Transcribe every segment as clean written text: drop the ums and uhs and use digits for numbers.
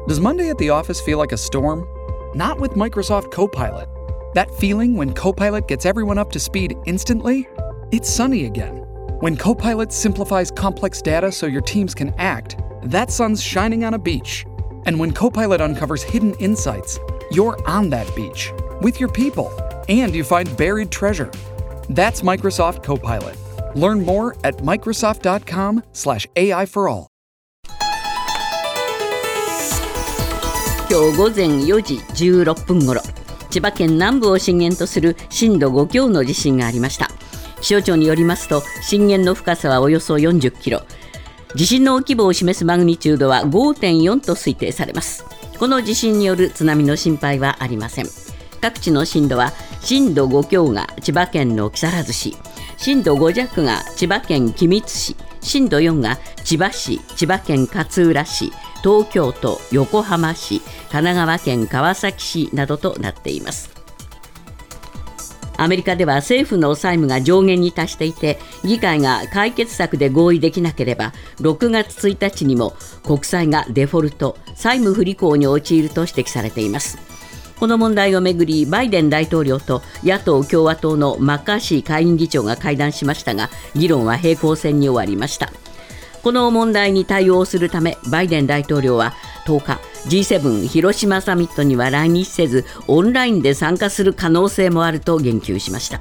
Does Monday at the office feel like a storm? Not with Microsoft Copilot. That feeling when Copilot gets everyone up to speed instantly? It's sunny again. When Copilot simplifies complex data so your teams can act, that sun's shining on a beach. And when Copilot uncovers hidden insights, you're on that beach with your people, and you find buried treasure. That's Microsoft Copilot. Learn more at Microsoft.com/AI for all. 今日午前4時16分ごろ、千葉県南部を震源とする震度5強の地震がありました。気象庁によりますと、震源の深さはおよそ40キロ。地震の規模を示すマグニチュードは 5.4 と推定されます。この地震による津波の心配はありません。各地の震度は、震度5強が千葉県の木更津市、震度5弱が千葉県君津市、震度4が千葉市、千葉県勝浦市、東京都、横浜市、神奈川県川崎市などとなっています。アメリカでは政府の債務が上限に達していて、議会が解決策で合意できなければ6月1日にも国債がデフォルト、債務不履行に陥ると指摘されています。この問題をめぐり、バイデン大統領と野党共和党のマッカーシー下院議長が会談しましたが、議論は平行線に終わりました。この問題に対応するため、バイデン大統領は10日、G7 広島サミットには来日せず、オンラインで参加する可能性もあると言及しました。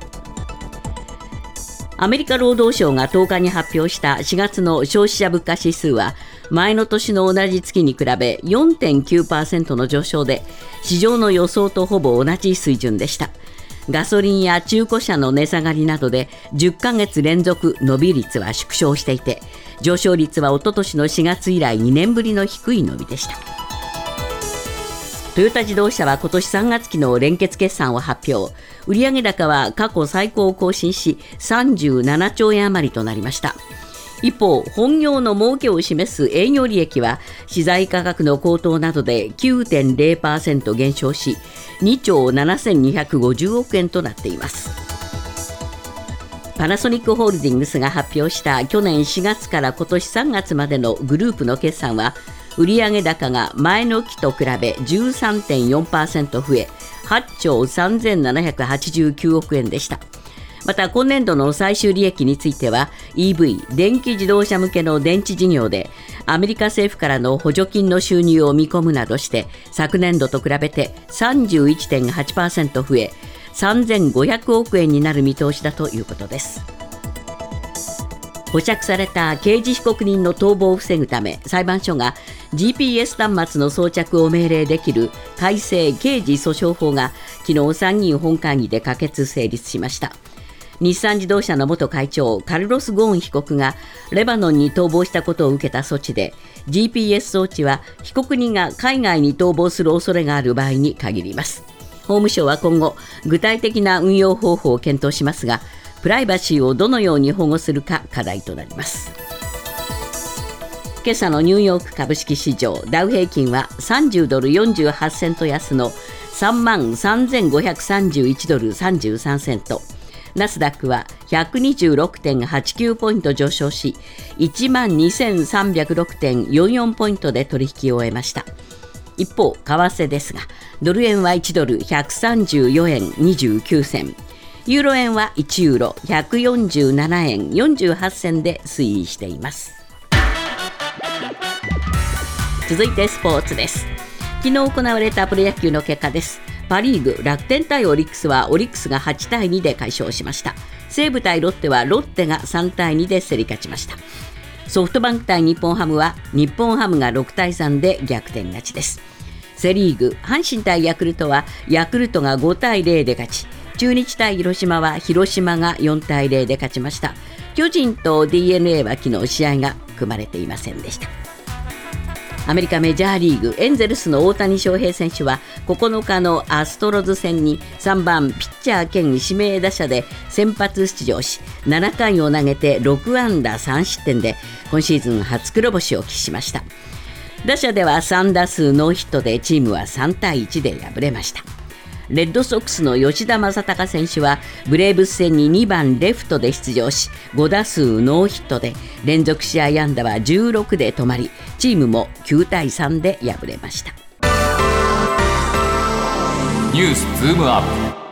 アメリカ労働省が10日に発表した4月の消費者物価指数は、前の年の同じ月に比べ 4.9% の上昇で、市場の予想とほぼ同じ水準でした。ガソリンや中古車の値下がりなどで10ヶ月連続伸び率は縮小していて、上昇率はおととしの4月以来2年ぶりの低い伸びでした。トヨタ自動車は今年3月期の連結決算を発表。売上高は過去最高を更新し、37兆円余りとなりました。一方、本業の儲けを示す営業利益は資材価格の高騰などで 9.0% 減少し、2兆7250億円となっています。パナソニックホールディングスが発表した去年4月から今年3月までのグループの決算は、売上高が前の期と比べ 13.4% 増え、8兆3789億円でした。また今年度の最終利益については EV 電気自動車向けの電池事業でアメリカ政府からの補助金の収入を見込むなどして昨年度と比べて 31.8% 増え3500億円になる見通しだということです。保釈された刑事被告人の逃亡を防ぐため、裁判所が GPS 端末の装着を命令できる改正刑事訴訟法が昨日参議院本会議で可決成立しました。日産自動車の元会長カルロス・ゴーン被告がレバノンに逃亡したことを受けた措置で、 GPS 装置は被告人が海外に逃亡する恐れがある場合に限ります。法務省は今後具体的な運用方法を検討しますが、プライバシーをどのように保護するか課題となります。今朝のニューヨーク株式市場、ダウ平均は30ドル48セント安の33,531ドル33セント、ナスダックは 126.89 ポイント上昇し 12,306.44 ポイントで取引を終えました。一方、為替ですが、ドル円は1ドル134円29銭、ユーロ円は1ユーロ147円48銭で推移しています。続いてスポーツです。昨日行われたプロ野球の結果です。パリーグ、楽天対オリックスはオリックスが8対2で快勝しました。西武対ロッテはロッテが3対2で競り勝ちました。ソフトバンク対日本ハムは日本ハムが6対3で逆転勝ちです。セリーグ、阪神対ヤクルトはヤクルトが5対0で勝ち、中日対広島は広島が4対0で勝ちました。巨人と DNA は昨日試合が組まれていませんでした。アメリカメジャーリーグ、エンゼルスの大谷翔平選手は9日のアストロズ戦に3番ピッチャー兼指名打者で先発出場し、7回を投げて6安打3失点で今シーズン初黒星を喫しました。打者では3打数ノーヒットでチームは3対1で敗れました。 レッドソックスの吉田正尚選手はブレーブス戦に2番レフトで出場し、5打数ノーヒットで連続試合安打は16で止まり、チームも9対3で敗れました。 ニュースズームアッ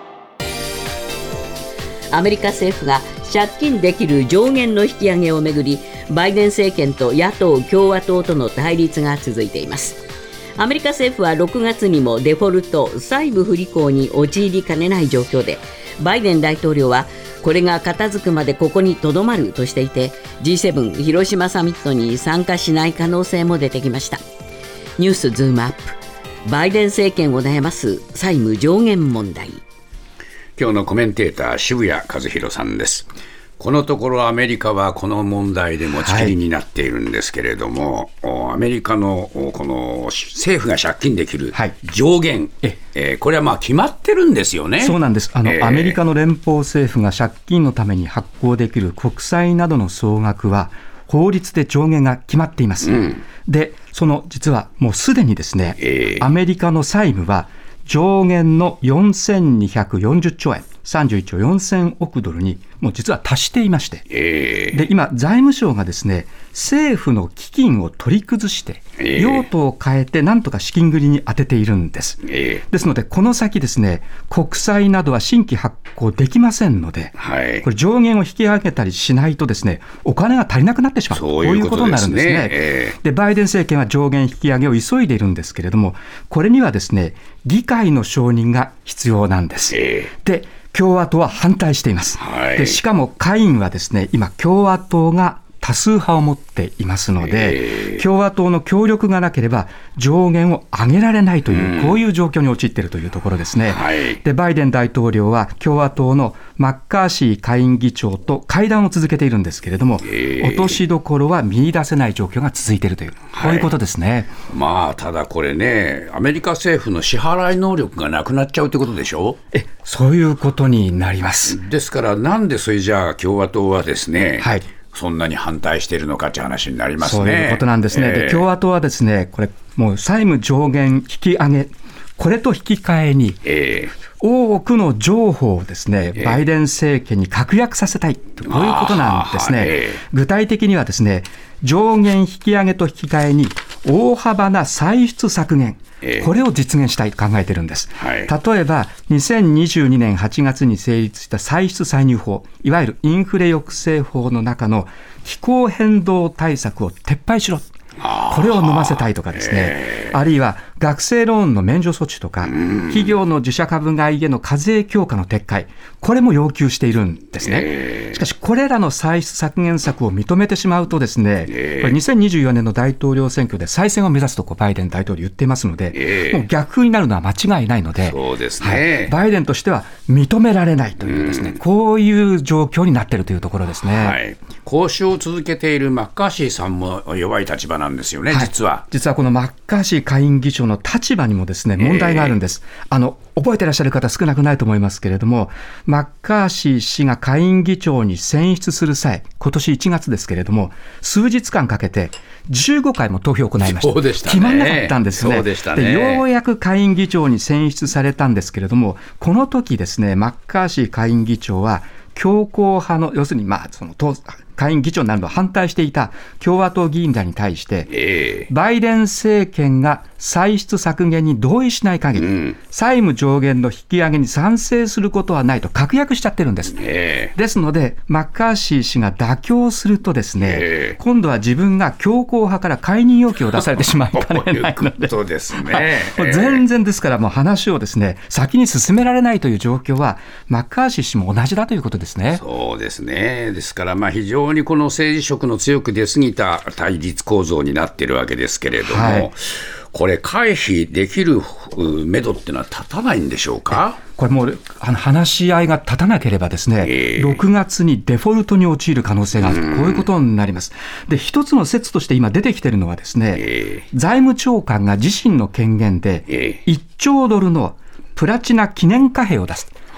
プ。アメリカ政府が借金できる上限の引き上げをめぐり、バイデン政権と野党共和党との対立が続いています。アメリカ政府は6月にもデフォルト、債務不履行に陥りかねない状況で、バイデン大統領はこれが片付くまでここにとどまるとしていて、 G7 広島サミットに参加しない可能性も出てきました。ニュースズームアップ。バイデン政権を悩ます債務上限問題。 今日のコメンテーター、渋谷和弘さんです。このところアメリカはこの問題で持ちきりになっているんですけれども、アメリカのこの政府が借金できる上限、これはまあ決まってるんですよね。 そうなんです。アメリカの連邦政府が借金のために発行できる国債などの総額は法律で上限が決まっています、で実はもうすでにですね、アメリカの債務は上限の4240兆円31兆4000億ドルにもう実は達していまして、で今財務省がですね、政府の基金を取り崩して、用途を変えてなんとか資金繰りに充てているんです、ですのでこの先ですね、国債などは新規発行できませんので、これ上限を引き上げたりしないとですね、お金が足りなくなってしまう、こういうことになるんですね。でバイデン政権は上限引き上げを急いでいるんですけれども、これにはですね、議会の承認が必要なんです、で共和党は反対しています、でしかも下院はですね、今共和党が多数派を持っていますので、共和党の協力がなければ上限を上げられないという、こういう状況に陥っているというところですね、でバイデン大統領は共和党のマッカーシー下院議長と会談を続けているんですけれども、落としどころは見出せない状況が続いているという、こういうことですね。 まあただこれね、アメリカ政府の支払い能力がなくなっちゃうということでしょ。 そういうことになります。 ですからなんでそれじゃあ共和党はですね、そんなに反対しているのかという話になりますね。 そういうことなんですね、で共和党はですね、これもう債務上限引き上げ、これと引き換えに、多くの譲歩をですね、バイデン政権に確約させたいと、こういうことなんですね。具体的にはですね、上限引き上げと引き換えに大幅な歳出削減、これを実現したいと考えているんです、例えば2022年8月に成立した歳出歳入法、いわゆるインフレ抑制法の中の気候変動対策を撤廃しろ、これを飲ませたいとかですね、あるいは学生ローンの免除措置とか、企業の自社株買いへの課税強化の撤回、これも要求しているんですね。しかしこれらの歳出削減策を認めてしまうとですね、これ2024年の大統領選挙で再選を目指すとバイデン大統領言っていますので、もう逆風になるのは間違いないので、バイデンとしては認められないというですね、こういう状況になっているというところですね、 交渉を続けているマッカーシーさんも弱い立場なんですよね、実はこのマッカーシー下院議長の立場にもですね、問題があるんです。覚えてらっしゃる方少なくないと思いますけれども、マッカーシー氏が下院議長に選出する際、今年1月ですけれども、数日間かけて15回も投票を行いました。決まらなかったんですね。でようやく下院議長に選出されたんですけれども、この時ですね、マッカーシー下院議長は強硬派の、要するに下院議長になるのを反対していた共和党議員らに対して、バイデン政権が歳出削減に同意しない限り、債務上限の引き上げに賛成することはないと確約しちゃってるんです、ですのでマッカーシー氏が妥協するとですね、今度は自分が強硬派から解任要求を出されてしまいかねないのでそうですね、 全然ですからもう話をですね、先に進められないという状況はマッカーシー氏も同じだということですね。 そうですね。ですから非常にこの政治色の強く出過ぎた対立構造になっているわけですけれども、これ回避できる目処っていうのは立たないんでしょうか。 これもう話し合いが立たなければですね、6月にデフォルトに陥る可能性がある、こういうことになります。で一つの説として今出てきているのはですね、財務長官が自身の権限で1兆ドルのプラチナ記念貨幣を出す、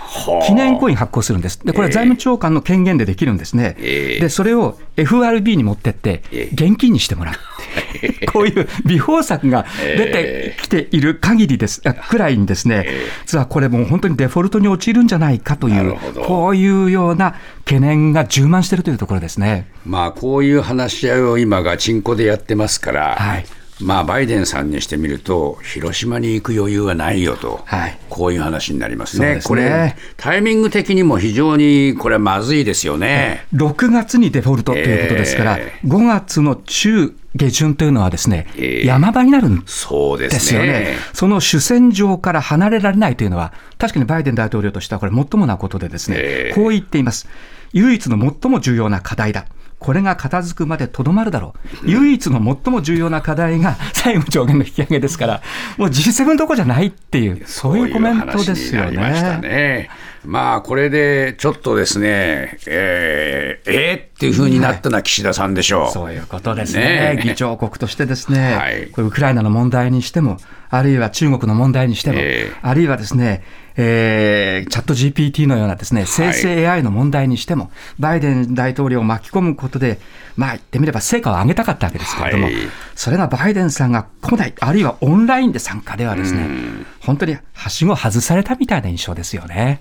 記念コイン発行するんです。でこれは財務長官の権限でできるんですね。でそれを FRB に持ってって現金にしてもらうこういう微方策が出てきている限りですくらいにですね、実はこれもう本当にデフォルトに陥るんじゃないかというこういうような懸念が充満しているというところですね。 まあこういう話し合いを今ガチンコでやってますから、はい、まあバイデンさんにしてみると広島に行く余裕はないよと、はい、こういう話になりますね。 そうですね。 これタイミング的にも非常にこれはまずいですよね。 6月にデフォルトということですから、5月の中下旬というのはですね、山場になるんですよね。その主戦場から離れられないというのは確かにバイデン大統領としてはこれ最もなことでですね、こう言っています。唯一の最も重要な課題だ。これが片付くまでとどまるだろう。唯一の最も重要な課題が債務上限の引き上げですから、もう G7 どころじゃないっていう、そういうコメントですよね。 まあこれでちょっとですね、っていう風になったのは岸田さんでしょう。 そういうことですね。議長国としてですね、これウクライナの問題にしても、あるいは中国の問題にしても、あるいはですね、チャット GPT のようなですね、生成 AI の問題にしても、バイデン大統領を巻き込むことで、まあ言ってみれば成果を上げたかったわけですけれども、それがバイデンさんが来ない、あるいはオンラインで参加ではですね、本当にはしご外されたみたいな印象ですよね。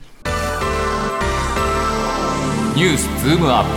ニュースズームアッ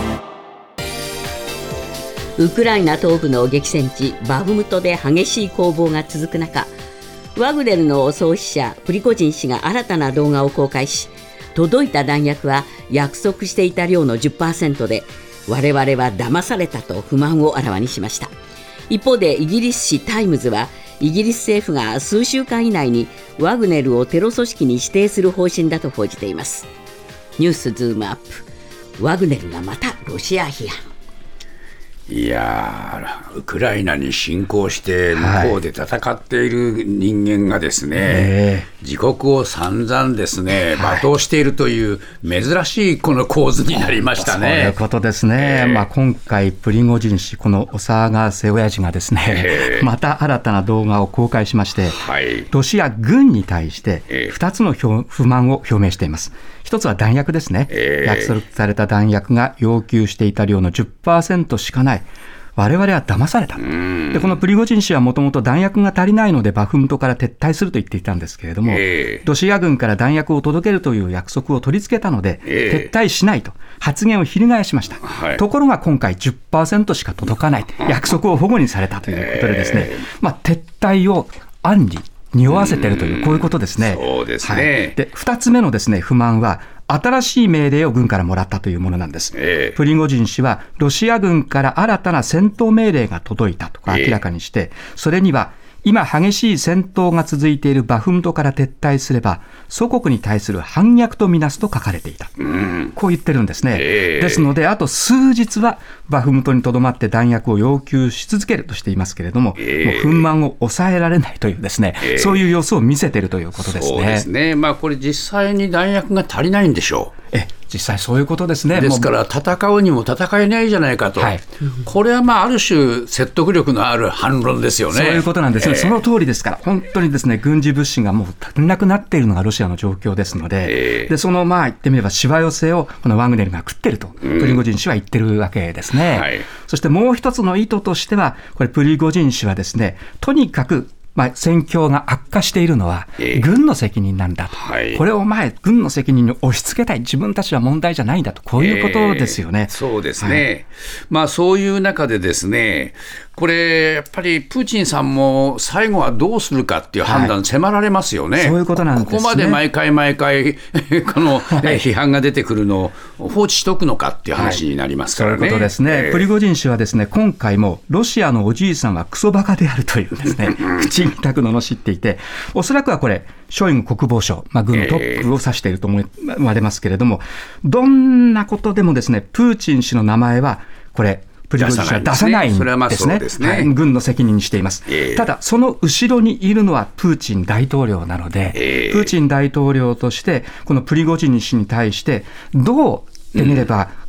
プ。ウクライナ東部の激戦地バフムトで激しい攻防が続く中、ワグネルの創始者プリゴジン氏が新たな動画を公開し、届いた弾薬は約束していた量の 10% で、我々は騙されたと不満をあらわにしました。一方でイギリス紙タイムズは、イギリス政府が数週間以内にワグネルをテロ組織に指定する方針だと報じています。ニュースズームアップ。ワグネルがまたロシア批判。 いやウクライナに侵攻して向こうで戦っている人間がですね、自国を散々ですね罵倒しているという珍しいこの構図になりましたね。 そういうことですね。まあ、今回プリゴジン氏、このお騒がせ親父がですね、また新たな動画を公開しまして、ロシア軍に対して2つの不満を表明しています。一つは弾薬ですね。約束された弾薬が要求していた量の 10% しかない。我々は騙された。でこのプリゴジン氏はもともと弾薬が足りないのでバフムトから撤退すると言っていたんですけれども、ロシア軍から弾薬を届けるという約束を取り付けたので、撤退しないと発言を翻しました。ところが今回 10% しか届かない、約束を反故にされたということでですね、撤退を暗に匂わせているというこういうことですね。 そうですね。 で2つ目のですね不満は、新しい命令を軍からもらったというものなんです。プリゴジン氏はロシア軍から新たな戦闘命令が届いたとか明らかにして、それには今激しい戦闘が続いているバフムトから撤退すれば祖国に対する反逆とみなすと書かれていた、こう言ってるんですね。ですのであと数日はバフムトにとどまって弾薬を要求し続けるとしていますけれども、もう憤懣を抑えられないというですね、そういう様子を見せているということですね。 そうですね。これ実際に弾薬が足りないんでしょう。 実際そういうことですね。 ですから戦うにも戦えないじゃないかと、これはある種説得力のある反論ですよね。 そういうことなんですよ、その通りですから、本当にですね軍事物資がもう足りなくなっているのがロシアの状況ですので、その言ってみればしわ寄せをこのワグネルが食っているとプリゴジン氏は言ってるわけですね。そしてもう一つの意図としては、これプリゴジン氏はですね、とにかく戦況が悪化しているのは軍の責任なんだと、これを軍の責任に押し付けたい、自分たちは問題じゃないんだと、こういうことですよね。 そうですね。そういう中でですね、これやっぱりプーチンさんも最後はどうするかっていう判断迫られますよね。 そういうことなんですね。 ここまで毎回この批判が出てくるのを放置しとくのかっていう話になりますからね。 そういうことですね。プリゴジン氏はですね、今回もロシアのおじいさんはクソバカであるというですね口にたく罵っていて、おそらくはこれショイグ国防相、軍のトップを指していると思われますけれども、どんなことでもですねプーチン氏の名前はこれプリゴジン氏は出さないんですね。軍の責任にしています。ただその後ろにいるのはプーチン大統領なので、プーチン大統領としてこのプリゴジン氏に対してどうで見れば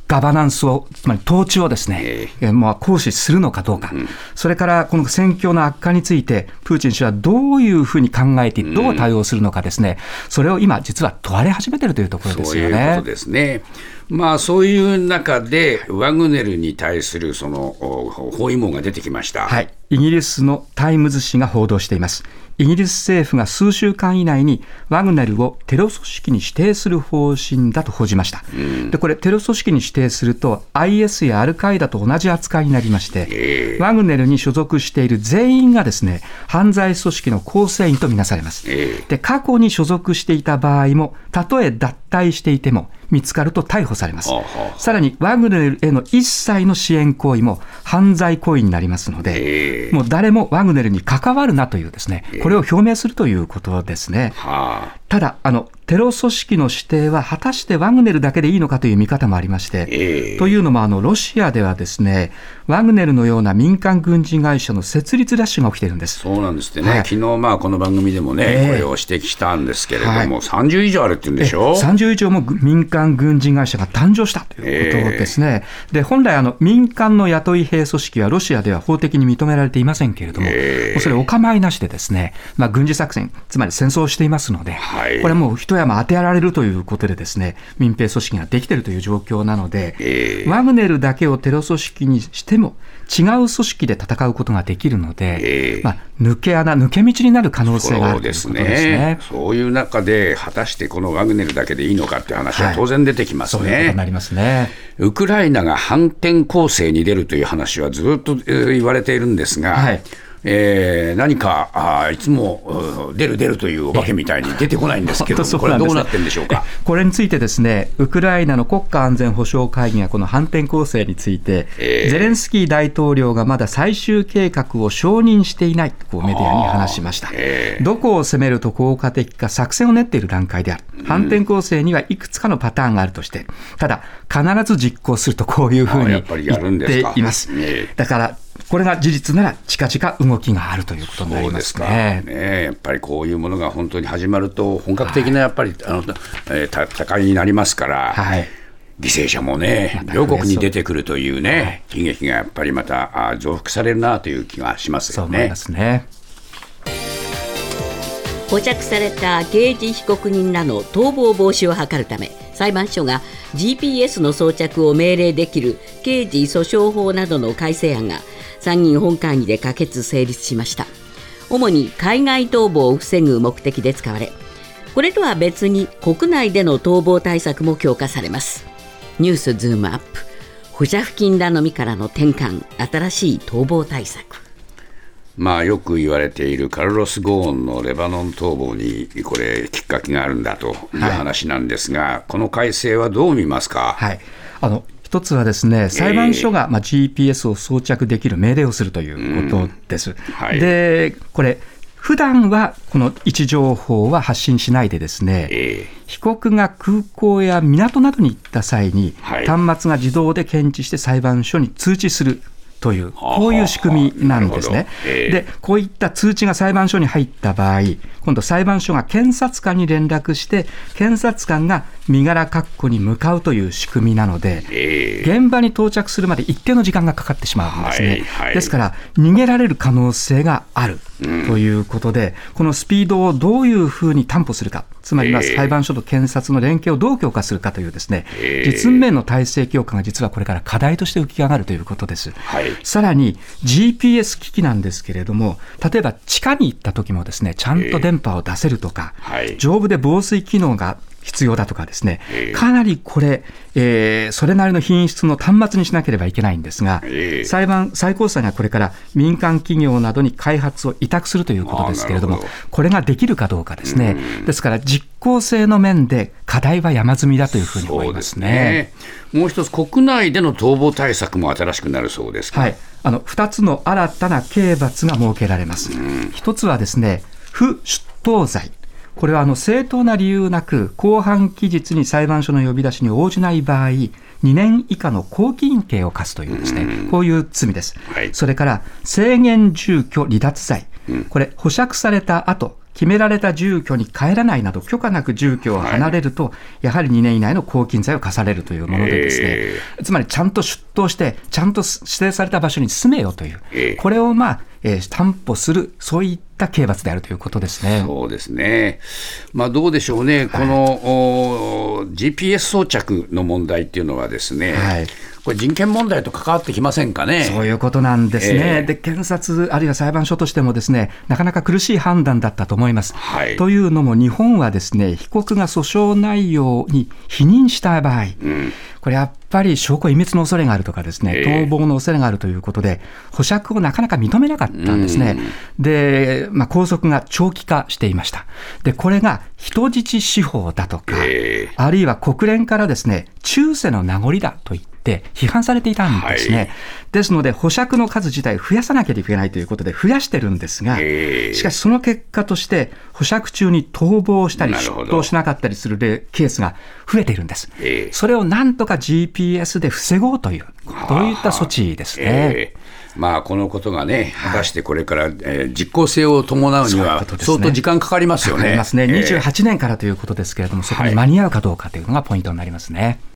ガバナンスを、つまり統治をですね、行使するのかどうか、それからこの戦況の悪化について、プーチン氏はどういうふうに考えて、どう対応するのかですね、それを今、実は問われ始めているというところですよね。 そういうことですね。そういう中で、ワグネルに対するその包囲網が出てきました。 はい、イギリスのタイムズ紙が報道しています。イギリス政府が数週間以内にワグネルをテロ組織に指定する方針だと報じました。でこれテロ組織に指定すると IS やアルカイダと同じ扱いになりまして、ワグネルに所属している全員がですね、犯罪組織の構成員とみなされます。で過去に所属していた場合も、たとえ脱退していても見つかると逮捕されます。さらにワグネルへの一切の支援行為も犯罪行為になりますので、もう誰もワグネルに関わるなというですね、これを表明するということですね。ただテロ組織の指定は果たしてワグネルだけでいいのかという見方もありまして、というのもロシアではですね、ワグネルのような民間軍事会社の設立ラッシュが起きているんです。 そうなんですってね、昨日この番組でもね、これを指摘したんですけれども、30以上あるって言うんでしょ。 30以上も民間軍事会社が誕生したということですね。で本来民間の雇い兵組織はロシアでは法的に認められていませんけれども、それお構いなしでですね、軍事作戦、つまり戦争をしていますので、これもう一山当てられるということでですね、民兵組織ができているという状況なので、ワグネルだけをテロ組織にしても違う組織で戦うことができるので、抜け穴、抜け道になる可能性があるということですね。 そういう中で果たしてこのワグネルだけでいいのかという話は当然出てきますね。 そういうことになりますね。 ウクライナが反転攻勢に出るという話はずっと言われているんですが、何かいつも出るというお化けみたいに出てこないんですけど、これはどうなってるんでしょうか。 これについてですね、ウクライナの国家安全保障会議がこの反転攻勢について、ゼレンスキー大統領がまだ最終計画を承認していないとメディアに話しました。どこを攻めると効果的か作戦を練っている段階である。反転攻勢にはいくつかのパターンがあるとして、ただ必ず実行するとこういうふうに言っています。だからこれが事実なら近々動きがあるということになりますね。 やっぱりこういうものが本当に始まると本格的なやっぱり戦いになりますから、犠牲者もね両国に出てくるというね、悲劇がやっぱりまた増幅されるなという気がしますよね。 そう思いますね。 保釈された刑事被告人らの逃亡防止を図るため、裁判所が GPS の装着を命令できる刑事訴訟法などの改正案が参議院本会議で可決成立しました。主に海外逃亡を防ぐ目的で使われ、これとは別に国内での逃亡対策も強化されます。ニュースズームアップ、保釈金頼みからの転換、新しい逃亡対策。 よく言われているカルロス・ゴーンのレバノン逃亡にこれきっかけがあるんだという話なんですが、この改正はどう見ますか。 一つはですね、裁判所がGPS を装着できる命令をするということです。でこれ普段はこの位置情報は発信しないでですね、被告が空港や港などに行った際に、端末が自動で検知して裁判所に通知するという、こういう仕組みなんですね。でこういった通知が裁判所に入った場合、今度裁判所が検察官に連絡して、検察官が身柄確保に向かうという仕組みなので、現場に到着するまで一定の時間がかかってしまうんですね。ですから逃げられる可能性があるということで、このスピードをどういうふうに担保するか、つまり裁判所と検察の連携をどう強化するかというですね、実務面の体制強化が実はこれから課題として浮き上がるということです。さらに GPS 機器なんですけれども、例えば地下に行った時もですね、ちゃんと電波を出せるとか、丈夫で防水機能が必要だとかですね、かなりこれ、それなりの品質の端末にしなければいけないんですが、最高裁がこれから民間企業などに開発を委託するということですけれども、これができるかどうかですね。ですから実効性の面で課題は山積みだというふうに思いますね。 もう一つ、国内での逃亡対策も新しくなるそうですか。 2つの新たな刑罰が設けられます。一つはですね、不出頭罪。これは正当な理由なく公判期日に裁判所の呼び出しに応じない場合、2年以下の拘禁刑を課すというですね、こういう罪です。それから制限住居離脱罪。これ保釈された後、 決められた住居に帰らないなど許可なく住居を離れると、やはり2年以内の拘禁罪を課されるというものでですね、つまりちゃんと出頭してちゃんと指定された場所に住めよという、これを担保する、そういった刑罰であるということですね。 そうですね、どうでしょうね、この、GPS 装着の問題っていうのはですね、これ人権問題と関わってきませんかね。 そういうことなんですね。で、検察あるいは裁判所としてもですね、なかなか苦しい判断だったと思います。というのも、日本はですね、被告が訴訟内容に否認した場合、これやっぱり証拠隠滅の恐れがあるとかですね、逃亡の恐れがあるということで、保釈をなかなか認めなかったんですね。で、拘束が長期化していました。で、これが人質司法だとか、あるいは国連からですね、中世の名残だと言って批判されていたんですね。ですので、保釈の数自体増やさなきゃいけないということで増やしてるんですが、しかしその結果として保釈中に逃亡したり出頭しなかったりするケースが増えているんです。それをなんとか GPS で防ごうという、こういった措置ですね。 このことがね、果たしてこれから、実効性を伴うには相当時間かかりますよね。 かかりますね。28年からということですけれども、そこに間に合うかどうかというのがポイントになりますね。